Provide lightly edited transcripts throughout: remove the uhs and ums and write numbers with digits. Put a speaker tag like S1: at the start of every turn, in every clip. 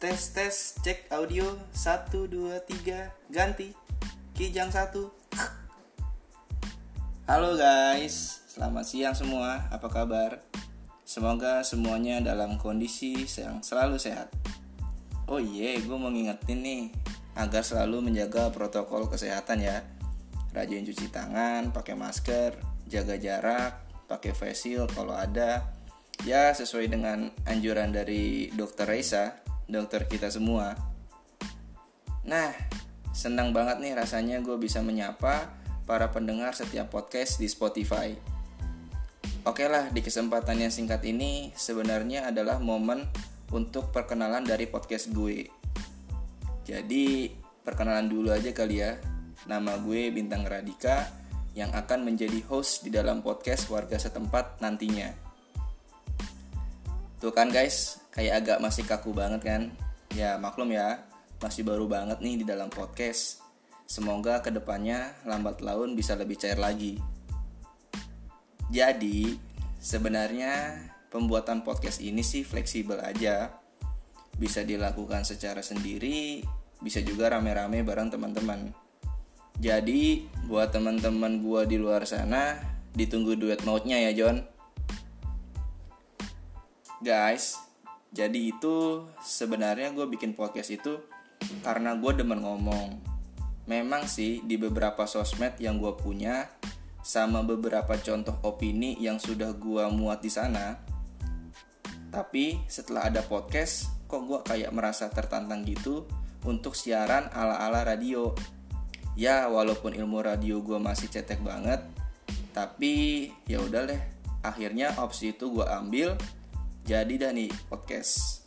S1: Tes cek audio 1 2 3 ganti Kijang 1. Halo guys, selamat siang semua. Apa kabar? Semoga semuanya dalam kondisi yang selalu sehat. Oh iya, gue mau ngingetin nih agar selalu menjaga protokol kesehatan ya. Rajin cuci tangan, pakai masker, jaga jarak, pakai face shield kalau ada. Ya sesuai dengan anjuran dari Dr. Reisa, dokter kita semua. Nah, senang banget nih rasanya gue bisa menyapa para pendengar setiap podcast di Spotify. Oke lah, di kesempatan yang singkat ini sebenarnya adalah momen untuk perkenalan dari podcast gue. Jadi, perkenalan dulu aja kali ya. Nama gue Bintang Radika yang akan menjadi host di dalam podcast warga setempat nantinya. Tuh kan guys, kayak agak masih kaku banget kan? Ya maklum ya, masih baru banget nih di dalam podcast. Semoga kedepannya lambat laun bisa lebih cair lagi. Jadi, sebenarnya pembuatan podcast ini sih fleksibel aja. Bisa dilakukan secara sendiri, bisa juga rame-rame bareng teman-teman. Jadi, buat teman-teman gua di luar sana, ditunggu duet mautnya ya John. Guys, jadi itu sebenarnya gue bikin podcast itu karena gue demen ngomong. Memang sih di beberapa sosmed yang gue punya sama beberapa contoh opini yang sudah gue muat di sana. Tapi setelah ada podcast, kok gue kayak merasa tertantang gitu untuk siaran ala-ala radio. Ya walaupun ilmu radio gue masih cetek banget, tapi ya udah deh. Akhirnya opsi itu gue ambil. Jadi dah nih podcast.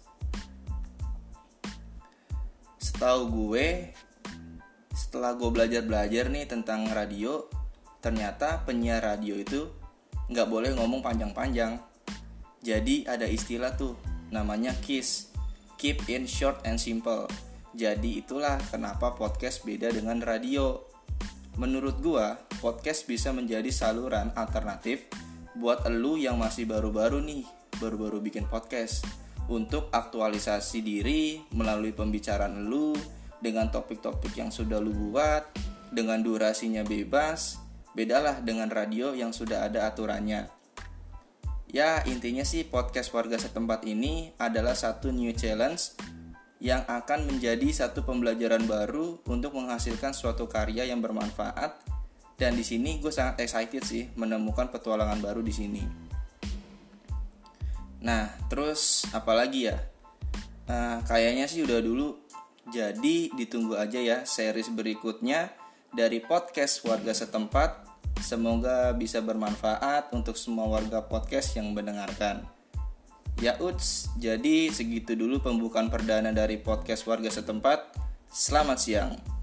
S1: Setahu gue, setelah gue belajar nih tentang radio, ternyata penyiar radio itu gak boleh ngomong panjang-panjang. Jadi ada istilah tuh, namanya KISS, Keep in Short and Simple. Jadi itulah kenapa podcast beda dengan radio. Menurut gue, podcast bisa menjadi saluran alternatif buat elu yang masih baru-baru bikin podcast, untuk aktualisasi diri melalui pembicaraan lu dengan topik-topik yang sudah lu buat, dengan durasinya bebas. Bedalah dengan radio yang sudah ada aturannya. Ya intinya sih podcast warga setempat ini adalah satu new challenge yang akan menjadi satu pembelajaran baru untuk menghasilkan suatu karya yang bermanfaat. Dan di sini gue sangat excited sih menemukan petualangan baru di sini. Nah, terus apa lagi ya? Kayaknya sih udah dulu. Jadi ditunggu aja ya series berikutnya dari podcast warga setempat. Semoga bisa bermanfaat untuk semua warga podcast yang mendengarkan. Ya uts, jadi segitu dulu pembukaan perdana dari podcast warga setempat. Selamat siang.